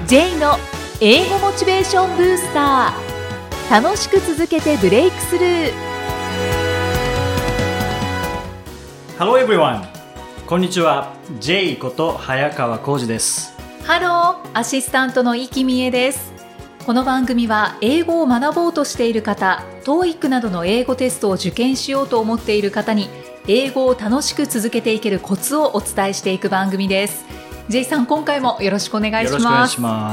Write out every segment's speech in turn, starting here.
J の英語モチベーションブースター。楽しく続けてブレイクスルー。 Hello everyone! こんにちは。 J こと早川浩二です。 ハロー、アシスタントの生きみえです。この番組は英語を学ぼうとしている方、TOEIC などの英語テストを受験しようと思っている方に英語を楽しく続けていけるコツをお伝えしていく番組です。 J さん、今回もよろしくお願いします。 よろしくお願いします。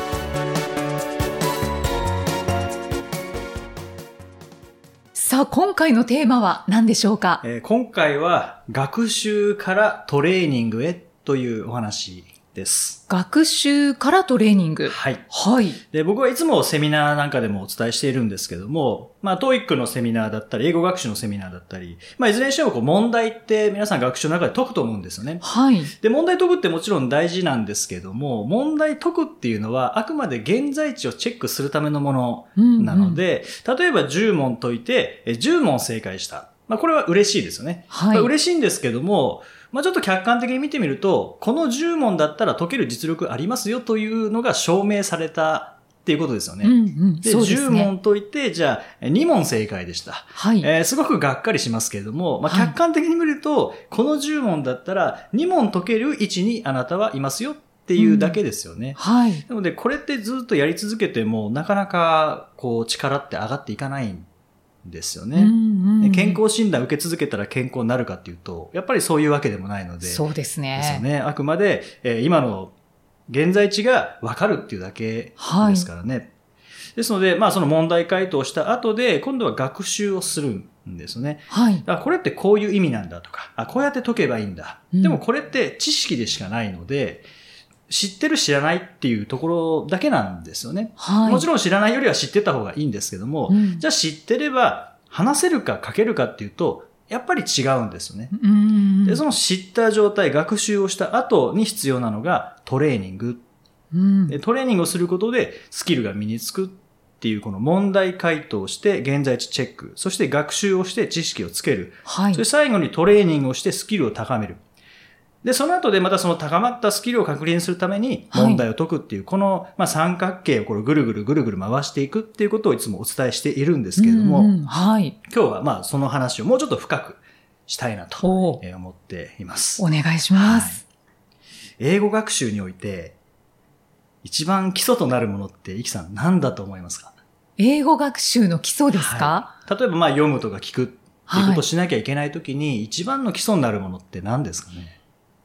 さあ、今回のテーマは何でしょうか？ 今回は学習からトレーニングへというお話です。 学習からトレーニング。 はい。 はい。 で、僕はいつもセミナーなんかでもお伝えしているんですけども、TOEIC のセミナーだったり、英語学習のセミナーだったり、いずれにしても問題って皆さん学習の中で解くと思うんですよね。 はい。 で、問題解くってもちろん大事なんですけども、問題解くっていうのはあくまで現在地をチェックするためのものなので、例えば10問解いて、10問正解した。これは嬉しいですよね。はい。嬉しいんですけども、ちょっと客観的に見てみると、この10問だったら解ける実力ありますよというのが証明されたっていうことですよね。で、10問解いて、じゃあ2問正解でした。はい。すごくがっかりしますけれども、客観的に見ると、この10問だったら2問解ける位置にあなたはいますよっていうだけですよね。はい。なので、これってずっとやり続けても、なかなか力って上がっていかないんですよね。健康診断受け続けたら健康になるかっていうと、やっぱりそういうわけでもないので。 そうですね。 ですよね。あくまで、今の現在地が分かるっていうだけですからね。はい、ですので、その問題回答した後で、今度は学習をするんですよね。はい。だからこれってこういう意味なんだとか、こうやって解けばいいんだ。でもこれって知識でしかないので、知ってる知らないっていうところだけなんですよね。はい。もちろん知らないよりは知ってた方がいいんですけども、じゃあ知ってれば話せるか書けるかっていうと、やっぱり違うんですよね。で、その知った状態、学習をした後に必要なのがトレーニング。で、トレーニングをすることでスキルが身につくっていうこの問題回答をして現在地チェック、そして学習をして知識をつける。はい。そして最後にトレーニングをしてスキルを高める。で、その後でまたその高まったスキルを確認するために問題を解くっていう、この三角形をぐるぐる回していくっていうことをいつもお伝えしているんですけれども、はい。今日はその話をもうちょっと深くしたいなと思っています。 お願いします。 はい、英語学習において一番基礎となるものってイキさん何だと思いますか？ 英語学習の基礎ですか？ はい、例えば読むとか聞くっていうことをしなきゃいけないときに、一番の基礎になるものって何ですかね？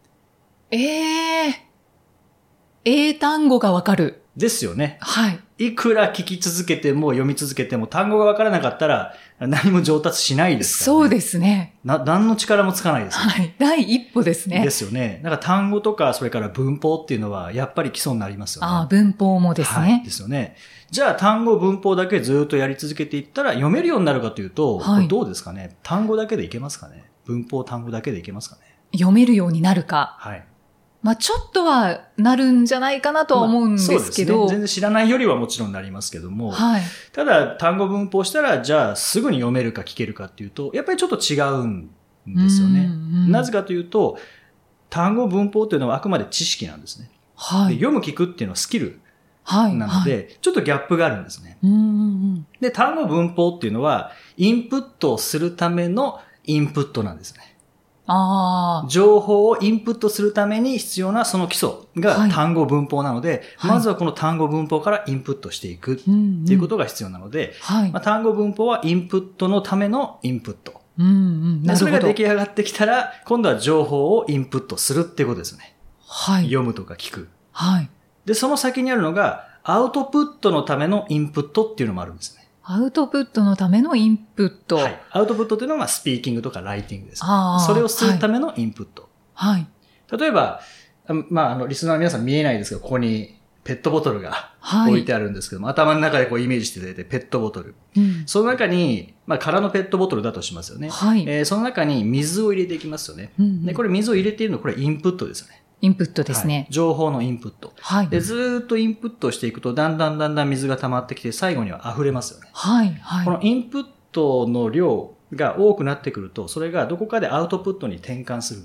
英単語がわかる。 ですよね。 はい。 いくら聞き続けても読み続けても単語がわからなかったら何も上達しないですからね。 そうですね。 何の力もつかないですよね。 はい。第一歩ですね。 ですよね。単語とかそれから文法っていうのはやっぱり基礎になりますよね。 ああ、文法もですね。 はい。ですよね。じゃあ単語文法だけずっとやり続けていったら読めるようになるかというと、はい、これどうですかね？単語だけでいけますかね？文法単語だけでいけますかね？ 読めるようになるか。 はい。 ちょっとはなるんじゃないかなとは思うんですけど。そうですね。 全然知らないよりはもちろんなりますけども。はい。ただ、単語文法したら、じゃあすぐに読めるか聞けるかっていうと、やっぱりちょっと違うんですよね。なぜかというと、単語文法っていうのはあくまで知識なんですね。はい。で、読む聞くっていうのはスキルなので、はい、ちょっとギャップがあるんですね。で、単語文法っていうのは、インプットをするためのインプットなんですね。情報をインプットするために必要なその基礎が単語文法なので、はい、まずはこの単語文法からインプットしていくっていうことが必要なので、単語文法はインプットのためのインプット。それが出来上がってきたら、今度は情報をインプットするっていうことですね。はい、読むとか聞く。はい、で、その先にあるのが、アウトプットのためのインプットっていうのもあるんですね。 アウトプットのためのインプット。 はい。アウトプットというのはスピーキングとかライティングです、ね。それをするためのインプット。はい。例えば、リスナーの皆さん見えないですけど、ここにペットボトルが置いてあるんですけども、頭の中でイメージしていただいて、ペットボトル。その中に、空のペットボトルだとしますよね。はい。その中に水を入れていきますよね。で、これ水を入れているのは、これインプットですよね。 インプットですね。 はい、情報のインプット。はい。で、ずーっとインプットしていくと、だんだん水が溜まってきて、最後には溢れますよね。はい。はい。このインプットの量が多くなってくると、それがどこかでアウトプットに転換するん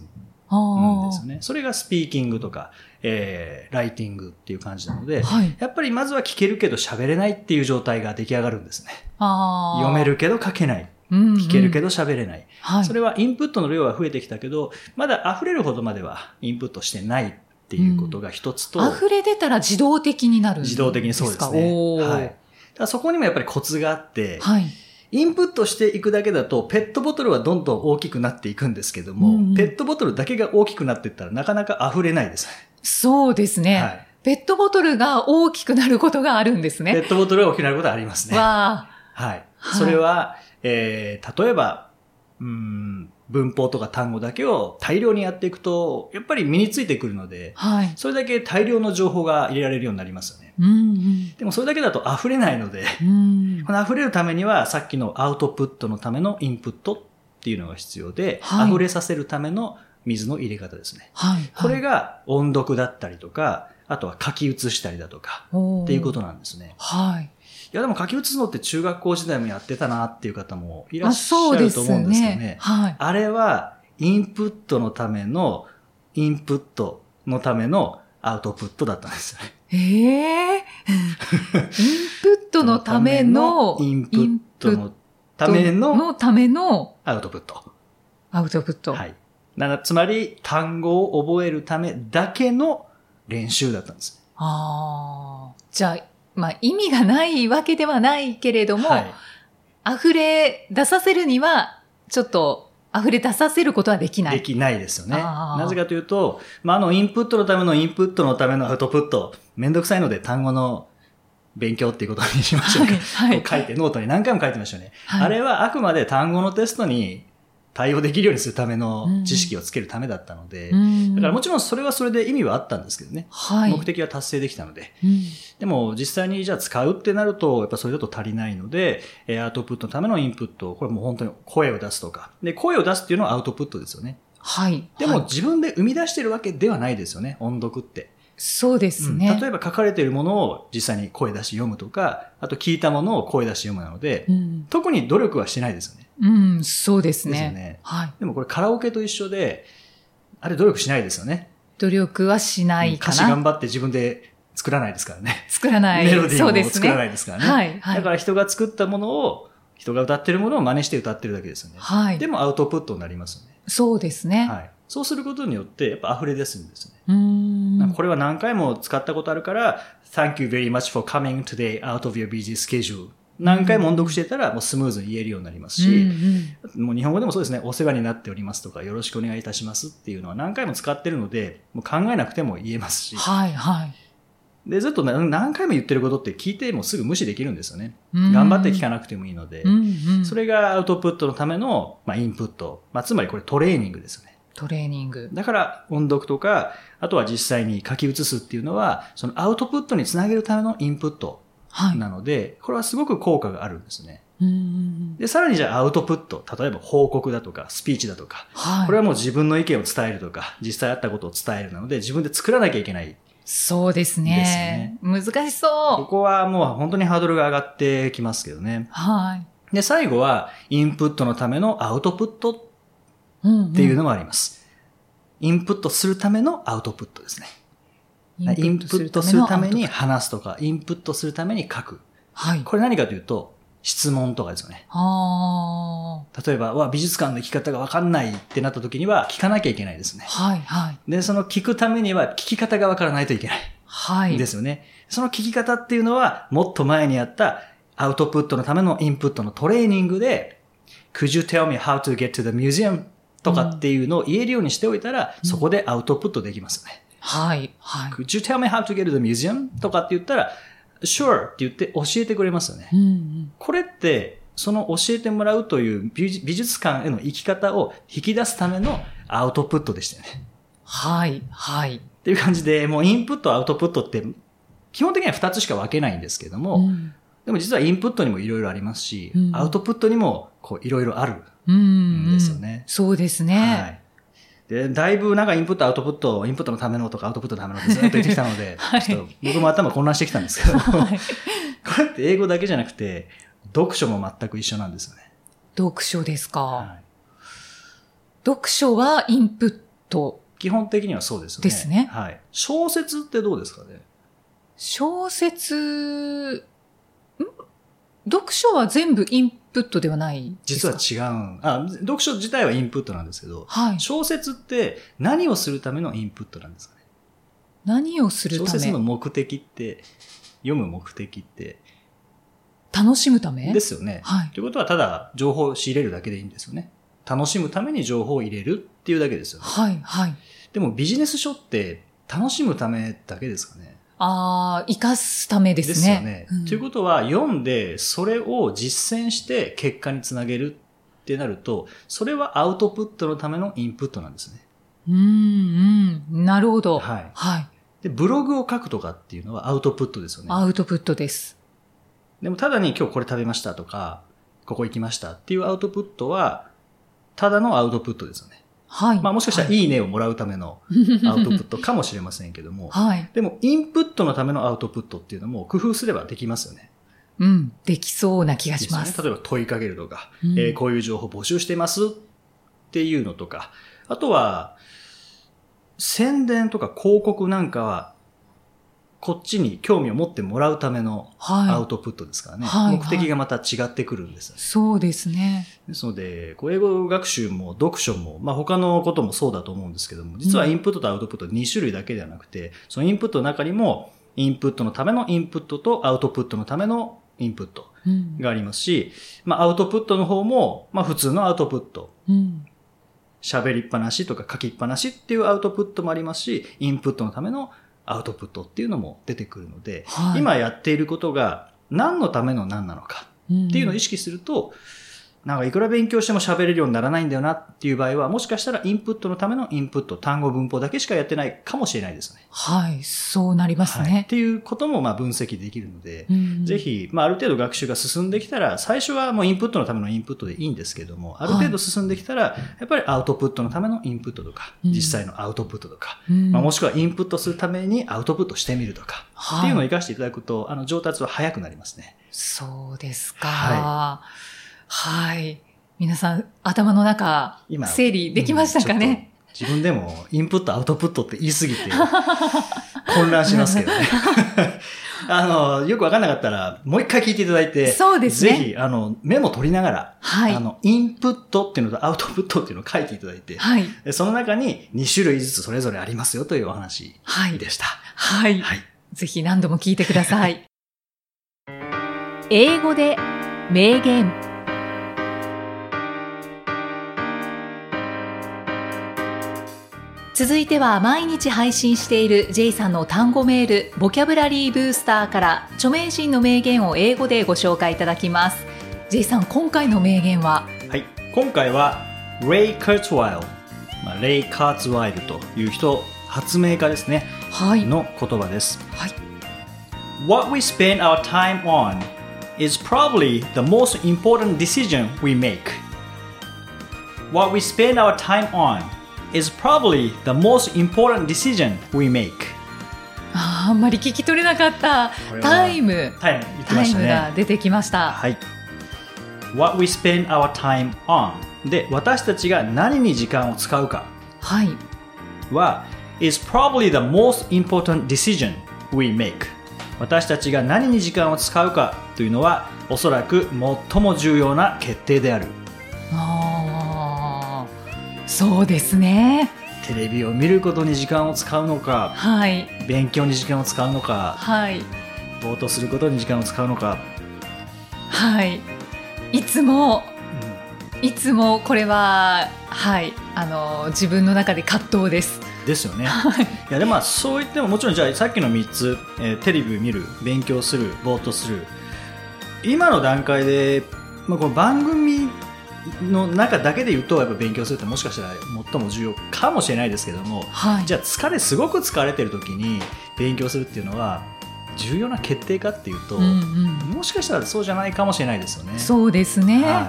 んですよね。それがスピーキングとか、ライティングっていう感じなので、はい、やっぱりまずは聞けるけど喋れないっていう状態が出来上がるんですね。読めるけど書けない。聞けるけど喋れない、はい。それはインプットの量は増えてきたけど、まだ溢れるほどまではインプットしてないっていうことが一つと。 溢れ出たら自動的になるんですか？ 自動的にそうですね。はい。だそこにもやっぱりコツがあって、はい、インプットしていくだけだと、ペットボトルはどんどん大きくなっていくんですけども、ペットボトルだけが大きくなっていったらなかなか溢れないです。 そうですね。はい、ペットボトルが大きくなることがあるんですね。 ペットボトルが大きくなることがありますね。 わー。はい。それは、例えば、文法とか単語だけを大量にやっていくと、やっぱり身についてくるので、はい、それだけ大量の情報が入れられるようになりますよね。でもそれだけだと溢れないので、この溢れるためにはさっきのアウトプットのためのインプットっていうのが必要で、はい、溢れさせるための水の入れ方ですね。はいはい、これが音読だったりとか、あとは書き写したりだとかっていうことなんですね。はい。いやでも書き写すのって中学校時代もやってたなっていう方もいらっしゃると思うんですけどね。はい、あれはインプットのためのインプットのためのアウトプットだったんですよね。 インプットのためのインプットのためのアウトプット。 アウトプット。 はい。つまり単語を覚えるためだけの練習だったんです。 じゃあ、まあ意味がないわけではないけれども、はい、溢れ出させるには、ちょっと溢れ出させることはできない。 できないですよね。なぜかというと、インプットのためのインプットのためのアウトプット、めんどくさいので単語の勉強っていうことにしましょうか。はい、書いてノートに何回も書いてましたよね。はい、あれはあくまで単語のテストに対応できるようにするための知識をつけるためだったので、だからもちろんそれはそれで意味はあったんですけどね。はい、目的は達成できたので。でも実際にじゃあ使うってなると、やっぱそれだと足りないので、アウトプットのためのインプット、これもう本当に声を出すとか。で、声を出すっていうのはアウトプットですよね。はい。でも自分で生み出してるわけではないですよね、音読って。 そうですね。 例えば書かれているものを実際に声出し読むとか、あと聞いたものを声出し読むなので、特に努力はしないですよね。 そうですね。 ですよね。はい。でもこれカラオケと一緒で、あれ努力しないですよね。 努力はしないかな。 歌詞頑張って自分で作らないですからね。 作らない。 メロディーも作らないですからね。 はい。 だから人が作ったものを、人が歌ってるものを真似して歌ってるだけですよね。はい。でもアウトプットになりますよね。 そうですね。 はい。そうすることによって、やっぱ溢れ出すんですね。これは何回も使ったことあるから、Thank you very much for coming today out of your busy schedule。何回も音読してたらもうスムーズに言えるようになりますし、もう日本語でもそうですね、お世話になっておりますとか、よろしくお願いいたしますっていうのは何回も使ってるので、もう考えなくても言えますし。はいはい。で、ずっと何回も言ってることって聞いてもすぐ無視できるんですよね。頑張って聞かなくてもいいので、それがアウトプットのための、インプット。つまりこれトレーニングですよね。 トレーニング。 だから音読とか、あとは実際に書き写すっていうのは、そのアウトプットにつなげるためのインプットなので、これはすごく効果があるんですね。で、さらにじゃあアウトプット。例えば報告だとか、スピーチだとか。これはもう自分の意見を伝えるとか、実際あったことを伝えるなので、自分で作らなきゃいけない。 そうですね。難しそう。 ここはもう本当にハードルが上がってきますけどね。はい。で、最後は、インプットのためのアウトプットっていうのもあります。インプットするためのアウトプットですね。インプットするために話すとか、インプットするために書く。はい。これ何かというと、質問とかですよね。例えば、美術館の行き方がわかんないってなった時には聞かなきゃいけないですね。はい、はい。で、その聞くためには聞き方がわからないといけない。はい。ですよね。その聞き方っていうのは、もっと前にあったアウトプットのためのインプットのトレーニングで、Could you tell me how to get to the museum? とかっていうのを言えるようにしておいたら、そこでアウトプットできますね。はい、はい。Could you tell me how to get to the museum? とかって言ったら、Sure って言って教えてくれますよね。これって、その教えてもらうという美術館への生き方を引き出すためのアウトプットでしたよね。はい、はい。っていう感じで、もうインプット、アウトプットって、基本的には2つしか分けないんですけども、でも実はインプットにもいろいろありますし、アウトプットにもいろいろあるんですよね。 そうですね。はい。 で、だいぶインプット、アウトプット、インプットのためのとかアウトプットのためのってずっと言ってきたので、はい、ちょっと僕も頭混乱してきたんですけど、はい、これって英語だけじゃなくて、読書も全く一緒なんですよね。 読書ですか。はい、読書はインプッと。 基本的にはそうですよね。 ですね。 はい。小説ってどうですかね？ 小説、読書は全部インプットではないですか？ 実は違う。読書自体はインプットなんですけど、 はい、 小説って何をするためのインプットなんですかね？ 何をするため？ 小説の目的って、読む目的って、 楽しむためですよね。 はい。 ということはただ情報を仕入れるだけでいいんですよね。楽しむために情報を入れるっていうだけですよね。 はい、はい。 でもビジネス書って楽しむためだけですかね？ 生かすためですね。 ですよね。ということは読んでそれを実践して結果につなげるってなると、それはアウトプットのためのインプットなんですね。 なるほど。 はい。 はい。 で、ブログを書くとかっていうのはアウトプットですよね。 アウトプットです。 でもただに今日これ食べましたとか、ここ行きましたっていうアウトプットは、ただのアウトプットですよね。 はい。 もしかしたらいいねをもらうためのアウトプットかもしれませんけども。 はい。 でもインプットのためのアウトプットっていうのも工夫すればできますよね。 できそうな気がします。 例えば問いかけるとか、こういう情報募集してますっていうのとか、あとは、宣伝とか広告なんかは、こっちに興味を持ってもらうためのアウトプットですからね。はい、目的がまた違ってくるんです、 そうですね。 ですので、英語学習も読書も、他のこともそうだと思うんですけども、実はインプットとアウトプット2種類だけではなくて、そのインプットの中にも、インプットのためのインプットとアウトプットのためのインプットがありますし、アウトプットの方も、普通のアウトプット。喋りっぱなしとか書きっぱなしっていうアウトプットもありますし、インプットのためのアウトプットっていうのも出てくるので、はい、今やっていることが何のための何なのかっていうのを意識すると、なんかいくら勉強しても喋れるようにならないんだよなっていう場合は、もしかしたらインプットのためのインプット、単語文法だけしかやってないかもしれないですね。 はい、そうなりますね。はい、 っていうことも分析できるので、ぜひ、ある程度学習が進んできたら、最初はもうインプットのためのインプットでいいんですけども、ある程度進んできたら、やっぱりアウトプットのためのインプットとか、実際のアウトプットとか、もしくはインプットするためにアウトプットしてみるとか、っていうのを活かしていただくと、上達は早くなりますね。 そうですか。はい。皆さん、頭の中、整理できましたかね？ 自分でもインプット、アウトプットって言いすぎて、混乱しますけどね。よくわかんなかったら、もう一回聞いていただいて、 そうですね。 ぜひ、メモ取りながら、はい、インプットっていうのとアウトプットっていうのを書いていただいて、はい、その中に2種類ずつそれぞれありますよというお話でした。 はい。はい。ぜひ何度も聞いてください。英語で名言。続いては毎日配信している J さんの単語メールボキャブラリーブースターから著名人の名言を英語でご紹介いただきます。 J さん、今回の名言は？ はい、今回はレイ・カーツワイル、レイ・カーツワイルという人、発明家ですね、はい、の言葉です。はい、What we spend our time on is probably the most important decision we make. What we spend our time on.is probably the most important decision we make. あんまり聞き取れなかった。タイムが出てきました。 はい。What we spend our time on で、私たちが何に時間を使うかは is probably the most important decision we make. 私たちが何に時間を使うかというのはおそらく最も重要な決定である。 そうですね。 テレビを見ることに時間を使うのか、 はい、 勉強に時間を使うのか、 はい、 ぼーっとすることに時間を使うのか、 はい、いつもこれは、はい、自分の中で葛藤です。 ですよね。いやでもそう言ってももちろんじゃあさっきの3つ、テレビを見る、勉強する、ぼーっとする、今の段階で、この番組の中だけで言うとやっぱ勉強するってもしかしたら最も重要かもしれないですけども、はい、じゃあすごく疲れてる時に勉強するっていうのは重要な決定かっていうと、もしかしたらそうじゃないかもしれないですよね。 そうですね、 はい、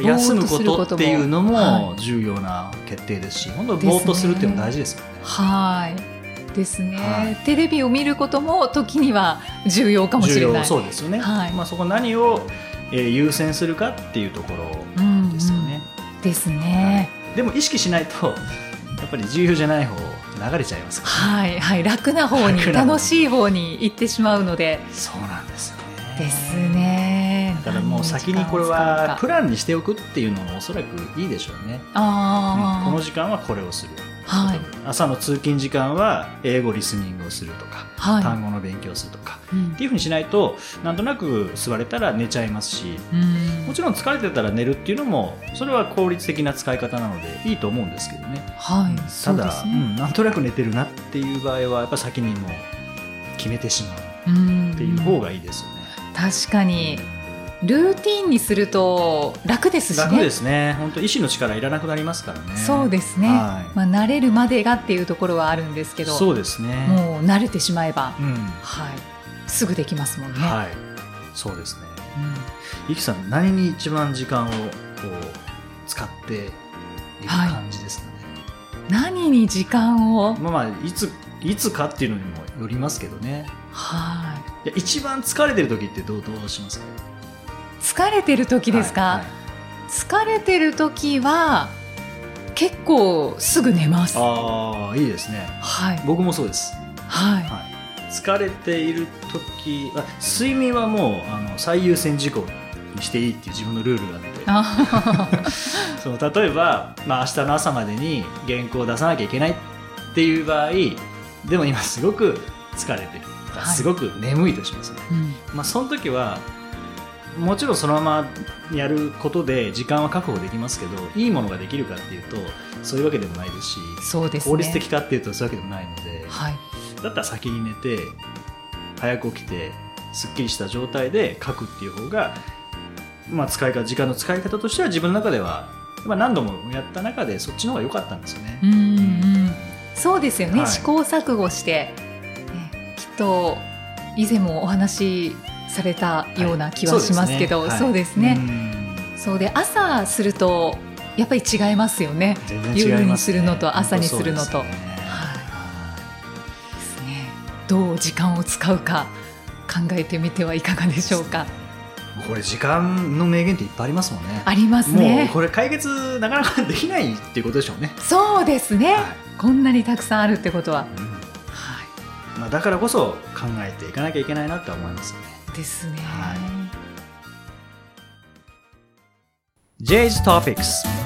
休むことっていうのも重要な決定ですし、本当にぼーっとするっていうのも大事ですよね。 はいですね、はい、テレビを見ることも時には重要かもしれない。 そうですよね、はい、そこ何を優先するかっていうところですよね。 ですね、 はい、でも意識しないとやっぱり重要じゃない方流れちゃいますからね。 はい、楽な方に楽しい方に行ってしまうので。 そうなんですよね。 ですね。 だからもう先にこれはプランにしておくっていうのもおそらくいいでしょうね。この時間はこれをする、はい、朝の通勤時間は英語リスニングをするとか、はい、単語の勉強をするとか、っていうふうにしないとなんとなく座れたら寝ちゃいますし、もちろん疲れてたら寝るっていうのもそれは効率的な使い方なのでいいと思うんですけどね、はい、ただ、なんとなく寝てるなっていう場合はやっぱ先にもう決めてしまうっていう方がいいですよね。 確かにルーティンにすると楽ですしね。 楽ですね。本当意志の力いらなくなりますからね。 そうですね、はい、慣れるまでがっていうところはあるんですけど、 そうですね、 もう慣れてしまえば、はい、すぐできますもんね。 はい、そうですね。ゆきさん何に一番時間をこう使っている感じですかね。 何に時間を、 いつかっていうのにもよりますけどね。はい。一番疲れてる時ってどうしますか？ 疲れてる時ですか？疲れてる時は結構すぐ寝ます。 ああ、いいですね。はい。僕もそうです。はい。疲れている時、睡眠はもう最優先事項にしていいっていう自分のルールがあって、例えば、明日の朝までに原稿を出さなきゃいけないっていう場合、でも今すごく疲れてる、すごく眠いとしますね。その時はもちろんそのままやることで時間は確保できますけど、いいものができるかっていうとそういうわけでもないですし、そうですね、効率的かっていうとそういうわけでもないので、だったら先に寝て早く起きてすっきりした状態で書くっていう方が、時間の使い方としては自分の中では、何度もやった中でそっちの方が良かったんですよね。 そうですよね、試行錯誤して、きっと以前もお話されたような気はしますけど、そうですね。そうで朝するとやっぱり違いますよね。全然違いますね。夜にするのと朝にするのと、どう時間を使うか考えてみてはいかがでしょうか。 これ時間の名言っていっぱいありますもんね。 ありますね。 もうこれ解決なかなかできないっていうことでしょうね。 そうですね、こんなにたくさんあるってことは、 だからこそ考えていかなきゃいけないなって思いますよね。 ですね。 J's Topics。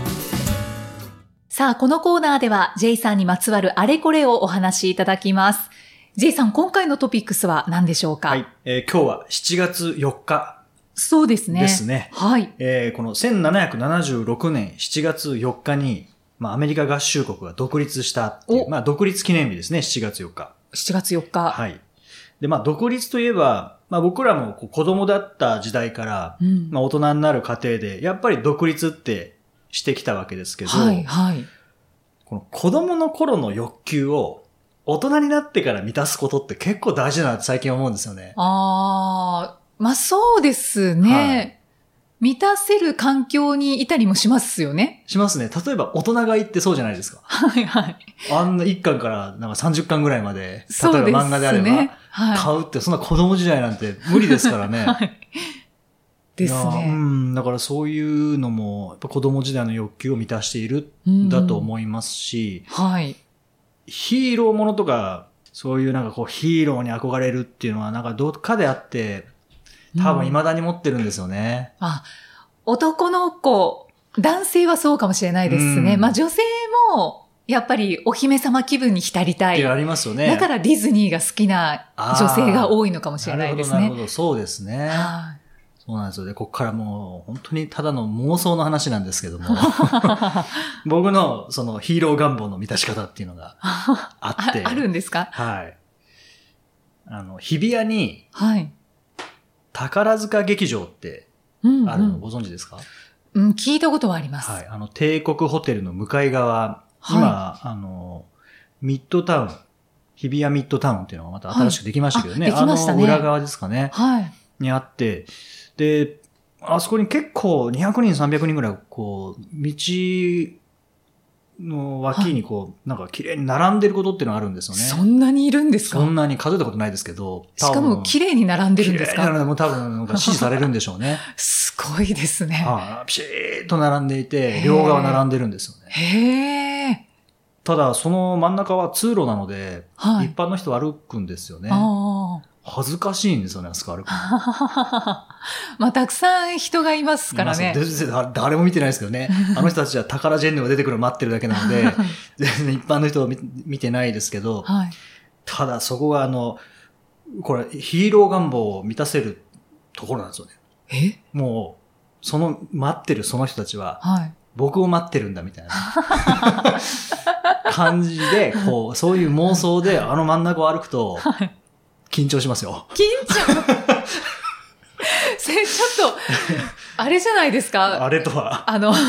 さあ、このコーナーでは J さんにまつわるあれこれをお話しいただきます。 J さん、今回のトピックスは何でしょうか？ 今日は7月4日そうですね。 ですね。この1776年7月4日に、アメリカ合衆国が独立したっていう、独立記念日ですね、7月4日。 7月4日。 はい。で、独立といえば、僕らも子供だった時代から、大人になる過程で、やっぱり独立ってしてきたわけですけど、この子供の頃の欲求を大人になってから満たすことって結構大事だなって最近思うんですよね。 そうですね。満たせる環境にいたりもしますよね。 しますね。例えば大人がいってそうじゃないですか。あんな1巻からなんか30巻ぐらいまで、例えば漫画であれば買うって、そんな子供時代なんて無理ですからね。 ですね。 だからそういうのもやっぱ子供時代の欲求を満たしているんだと思いますし、ヒーローものとかそういうヒーローに憧れるっていうのはどっかであって、多分未だに持ってるんですよね。 男の子、男性はそうかもしれないですね。女性もやっぱりお姫様気分に浸りたい。 ありますよね。 だからディズニーが好きな女性が多いのかもしれないですね。 なるほど、そうですね。そうなんですよね。ここからもう本当にただの妄想の話なんですけども、僕のそのヒーロー願望の満たし方っていうのがあって。 あるんですか？ 日比谷に、宝塚劇場ってあるのご存知ですか？ 聞いたことはあります。 帝国ホテルの向かい側、今、ミッドタウン、日比谷ミッドタウンっていうのがまた新しくできましたけどね。 できましたね。 裏側ですかね。にあって、で、あそこに結構200人、300人ぐらい、道の脇に綺麗に並んでることっていうのがあるんですよね。 そんなにいるんですか？ そんなに数えたことないですけど。 しかも綺麗に並んでるんですか？ 綺麗なので、もう多分支持されるんでしょうね。 すごいですね。 ピシーッと並んでいて、両側並んでるんですよね。 ただ、その真ん中は通路なので、はい、一般の人歩くんですよね。恥ずかしいんですよね、あそこ歩くの。 まあ、たくさん人がいますからね。 誰も見てないですけどね。あの人たちはタカラジェンヌが出てくるのを待ってるだけなので、全然一般の人は見てないですけど、はい、ただそこがこれヒーロー願望を満たせるところなんですよね。もう、待ってるその人たちは、はい、僕を待ってるんだみたいな感じで、そういう妄想で真ん中を歩くと、はい緊張しますよ。 緊張それちょっと、あれじゃないですか。 あれとは。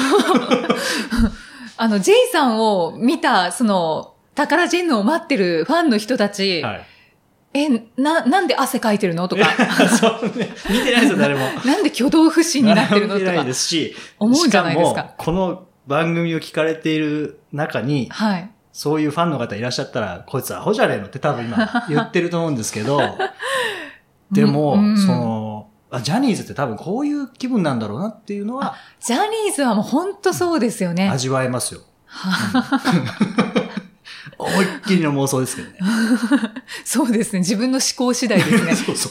ジェイさんを見た、タカラジェンヌを待ってるファンの人たち、はい、なんで汗かいてるのとか。 そうね。見てないですよ、誰も。 なんで挙動不審になってるのとか。 見てないですし、 思うんじゃないですか。 しかも、この番組を聞かれている中に、はい。そういうファンの方いらっしゃったら、こいつアホじゃねえのって多分今言ってると思うんですけど、でも、ジャニーズって多分こういう気分なんだろうなっていうのは。 ジャニーズはもう本当そうですよね。 味わえますよ。思いっきりの妄想ですけどね。 そうですね。自分の思考次第ですね。 そうそう。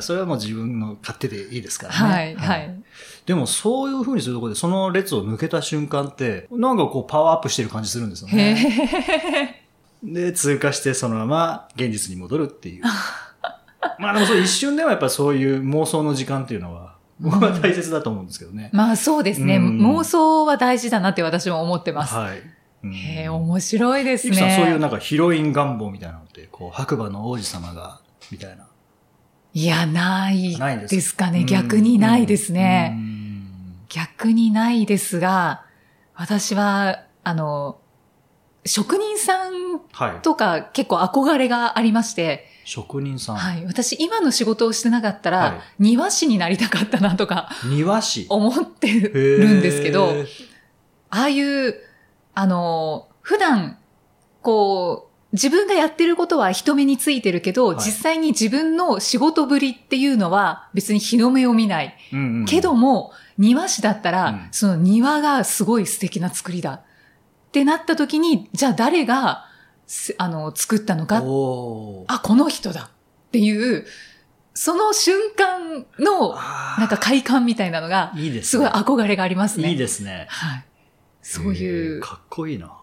それはもう自分の勝手でいいですからね。 はい、はい。 でもそういう風にするところでその列を抜けた瞬間ってなんかパワーアップしてる感じするんですよね。で、通過してそのまま現実に戻るっていう。まあでも一瞬ではやっぱそういう妄想の時間っていうのは僕は大切だと思うんですけどね。 まあそうですね。妄想は大事だなって私も思ってます。 はい。 面白いですね。 ゆきさんそういうなんかヒロイン願望みたいなのって、白馬の王子様が、みたいな。 いや、ないですかね。逆にないですね。逆にないですが、私は、職人さんとか結構憧れがありまして。 職人さんはい。私今の仕事をしてなかったら、庭師になりたかったなとか。 庭師思ってるんですけど、ああいう、普段、自分がやってることは人目についてるけど、実際に自分の仕事ぶりっていうのは別に日の目を見ない。けども、庭師だったら、その庭がすごい素敵な作りだ。ってなった時に、じゃあ誰が、作ったのか。あ、この人だ。っていう、その瞬間の、なんか快感みたいなのが、すごい憧れがありますね。 いいですね。 はい。そういう。 かっこいいな。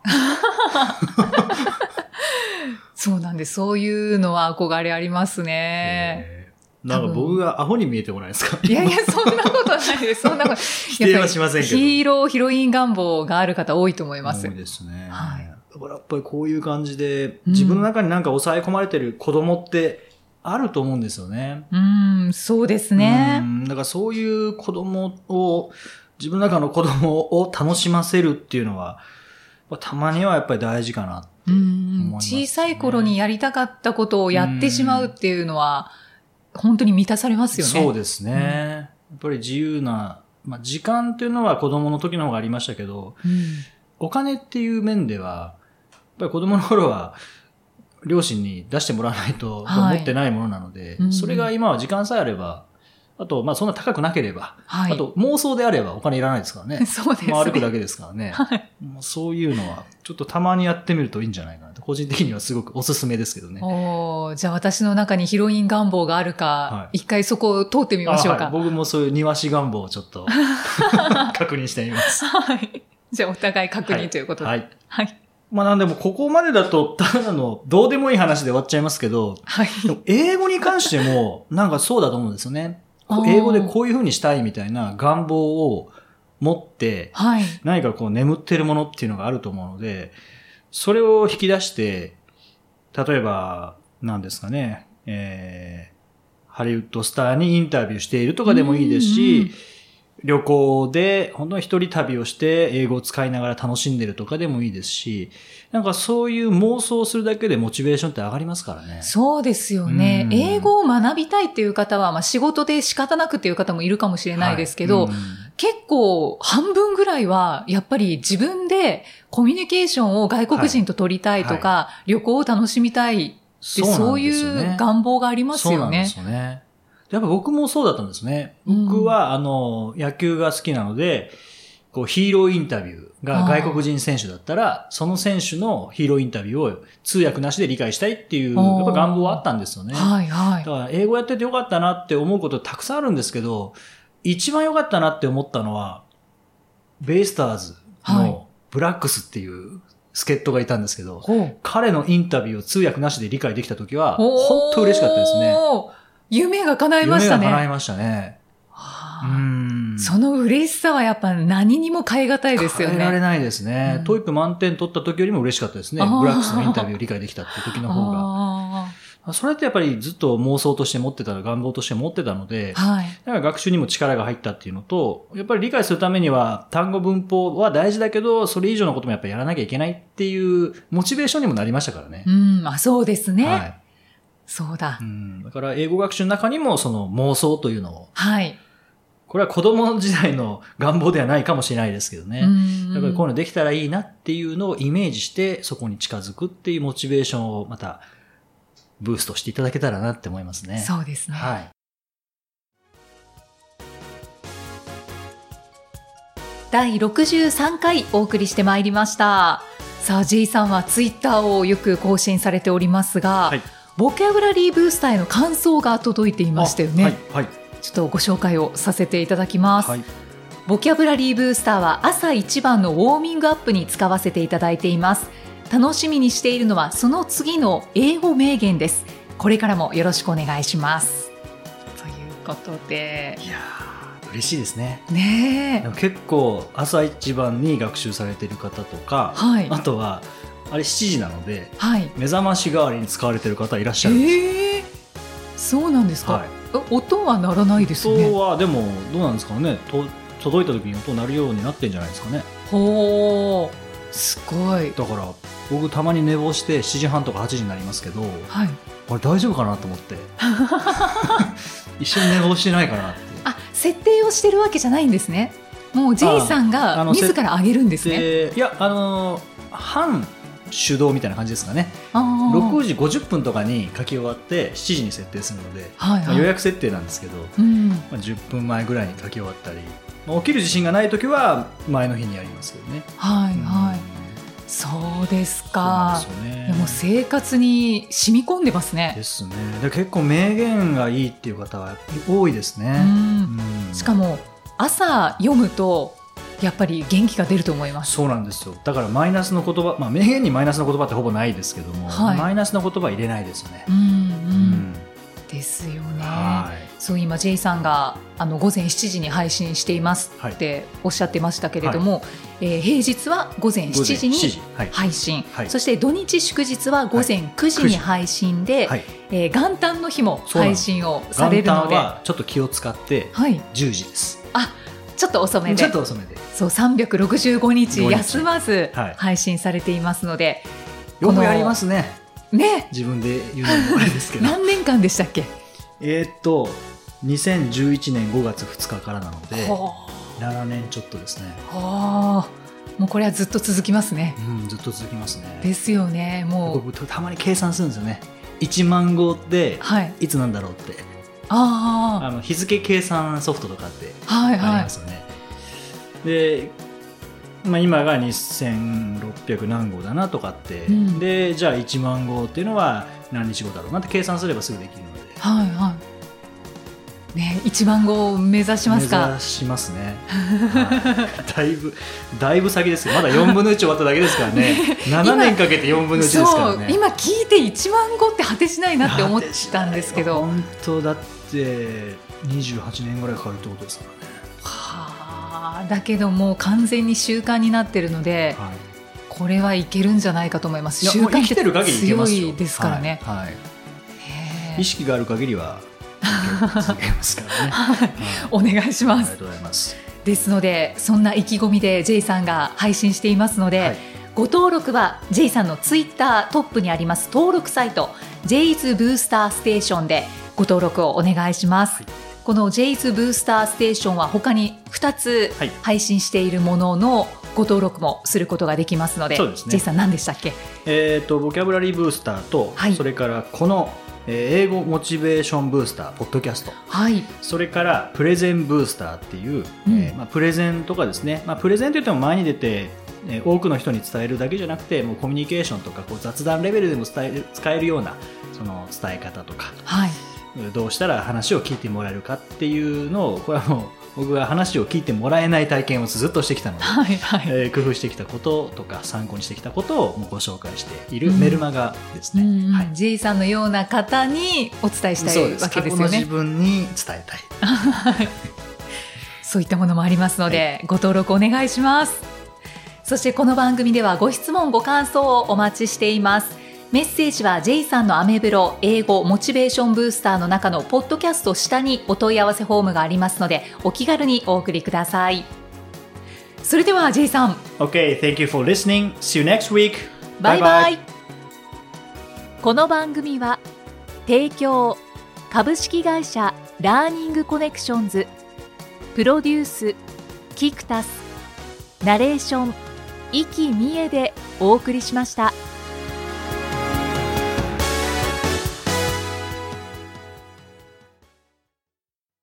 そうなんです。そういうのは憧れありますね。 なんか僕がアホに見えてこないですか？ いやいや、そんなことないです。そんなこと。 否定はしませんけど。 ヒロイン願望がある方多いと思います。 多いですね。はい。だからやっぱりこういう感じで、自分の中になんか抑え込まれてる子供ってあると思うんですよね。 そうですね。 だからそういう子供を、自分の中の子供を楽しませるっていうのは、たまにはやっぱり大事かなって思いますね。 小さい頃にやりたかったことをやってしまうっていうのは、本当に満たされますよね。 そうですね。やっぱり自由な、時間っていうのは子供の時の方がありましたけど、お金っていう面では、やっぱり子供の頃は、両親に出してもらわないと持ってないものなので、それが今は時間さえあれば、あと、そんな高くなければ、あと妄想であればお金いらないですからね。 そうですね。 歩くだけですからね。はい。そういうのは、ちょっとたまにやってみるといいんじゃないかなと、個人的にはすごくおすすめですけどね。 じゃあ私の中にヒロイン願望があるか、一回そこを通ってみましょうか。 僕もそういう庭師願望をちょっと確認してみます。 はい。じゃあお互い確認ということで。はい。はい。 なんでもここまでだと、ただのどうでもいい話で終わっちゃいますけど、はい。英語に関しても、なんかそうだと思うんですよね。英語でこういう風にしたいみたいな願望を持って、はい、何か眠ってるものっていうのがあると思うので、それを引き出して、例えば、何ですかね、ハリウッドスターにインタビューしているとかでもいいですし、旅行で本当に一人旅をして英語を使いながら楽しんでるとかでもいいですし、なんかそういう妄想をするだけでモチベーションって上がりますからね。 そうですよね。英語を学びたいっていう方は、仕事で仕方なくっていう方もいるかもしれないですけど、結構半分ぐらいはやっぱり自分でコミュニケーションを外国人と取りたいとか、旅行を楽しみたいって、そういう願望がありますよね。そうなんですよね。 やっぱ僕もそうだったんですね。僕は野球が好きなので、 こうヒーローインタビューが外国人選手だったら、その選手のヒーローインタビューを通訳なしで理解したいっていう、やっぱ願望はあったんですよね。 はいはい。 だから英語やっててよかったなって思うことたくさんあるんですけど、一番良かったなって思ったのは、ベイスターズのブラックスっていう助っ人がいたんですけど、彼のインタビューを通訳なしで理解できたときは、本当嬉しかったですね。 夢が叶いましたね。 夢が叶いましたね。 その嬉しさはやっぱ何にも変え難いですよね。 変えられないですね。トイック満点取った時よりも嬉しかったですね。ブラックスのインタビューを理解できたっていう時の方が。それってやっぱりずっと妄想として持ってた、願望として持ってたので、だから学習にも力が入ったっていうのと、やっぱり理解するためには単語文法は大事だけど、それ以上のこともやっぱりやらなきゃいけないっていうモチベーションにもなりましたからね。 そうですね。 はい。 そうだ。 だから英語学習の中にもその妄想というのを、 はい。 これは子供時代の願望ではないかもしれないですけどね。やっぱりこういうのできたらいいなっていうのをイメージしてそこに近づくっていうモチベーションをまたブーストしていただけたらなって思いますね。 そうですね。 はい。 第63回お送りしてまいりました。さあ J さんはツイッターをよく更新されておりますが、はい、ボキャブラリーブースターへの感想が届いていましたよね。はい。はい、ちょっとご紹介をさせていただきます。はい、ボキャブラリーブースターは朝一番のウォーミングアップに使わせていただいています。楽しみにしているのはその次の英語名言です。これからもよろしくお願いします。ということで、 いやー嬉しいですね。 ねえ。 でも結構朝一番に学習されている方とか、はい、あとはあれ7時なので、はい、目覚まし代わりに使われている方いらっしゃるんです。 そうなんですか。はい、音は鳴らないですね。 音はでもどうなんですかね。届いた時に音鳴るようになってんじゃないですかね。 ほー。すごい。 だから僕たまに寝坊して7時半とか8時になりますけど、はい、あれ大丈夫かなと思って一緒に寝坊してないかなって。 設定をしてるわけじゃないんですね。もう J さんが自ら上げるんですね。 いや半手動みたいな感じですかね。6時50分とかに書き終わって7時に設定するので、はいはい、予約設定なんですけど、10分前ぐらいに書き終わったり、起きる自信がないときは前の日にやりますけどね。 はいはい。そうですか。そうですよね。もう生活に染み込んでますね。 ですね。で結構名言がいいっていう方は多いですね。 しかも朝読むとやっぱり元気が出ると思います。 そうなんですよ。だからマイナスの言葉、名言にマイナスの言葉ってほぼないですけども、はい、マイナスの言葉入れないですね。 ですよね。そう今 J さんが午前7時に配信していますっておっしゃってましたけれども、平日は午前7時に配信、そして土日祝日は午前9時に配信で、元旦の日も配信をされるので、 元旦はちょっと気を使って10時です。 ちょっと遅めで、そう365日休まず配信されていますので、 よくやりますね。ね、自分で言うのもあれですけど何年間でしたっけ。 2011年5月2日からなので7年ちょっとですね。 もうこれはずっと続きますね。 ずっと続きますね。 ですよね。もう僕たまに計算するんですよね。1万語っていつなんだろうって、日付計算ソフトとかってありますよね。で今が2600何号だなとかって、でじゃあ1万号っていうのは何日後だろうなって計算すればすぐできるので、 ね、1万号を目指しますか。 目指しますね。だいぶ先ですけど、まだ4分の1終わっただけですからね。7年かけて4分の1ですからね。 今聞いて1万号って果てしないなって思ったんですけど、 本当だって28年ぐらいかかるってことですからね。 だけどもう完全に習慣になってるので、これはいけるんじゃないかと思います。習慣って強いですからね。 意識がある限りは続けますからね。 お願いします。 ありがとうございます。 ですのでそんな意気込みで J さんが配信していますので、ご登録は J さんのツイッタートップにあります登録サイト J's ブースターステーションでご登録をお願いします。この J's ブースターステーションは他に2つ配信しているもののご登録もすることができますので、J さん何でしたっけ。 ボキャブラリーブースターと、それからこの英語モチベーションブースターポッドキャスト、 はい、 それからプレゼンブースターっていう、プレゼンとかですね、プレゼンといっても前に出て多くの人に伝えるだけじゃなくて、もうコミュニケーションとかこう雑談レベルでも使えるようなその伝え方とか、 はい、 どうしたら話を聞いてもらえるかっていうのを、これはもう僕が話を聞いてもらえない体験をずっとしてきたので、 はいはい、 工夫してきたこととか参考にしてきたことをご紹介しているメルマガですね。 はい、J さんのような方にお伝えしたいわけですよね。 過去の自分に伝えたいそういったものもありますので、ご登録お願いします。そしてこの番組ではご質問ご感想をお待ちしています。メッセージは J さんのアメブロ英語モチベーションブースターの中のポッドキャスト下にお問い合わせフォームがありますので、お気軽にお送りください。それでは J さん、 OK, thank you for listening. See you next week. バイバイ。この番組は提供株式会社ラーニングコネクションズ、プロデュースキクタス、ナレーション生きみえでお送りしました。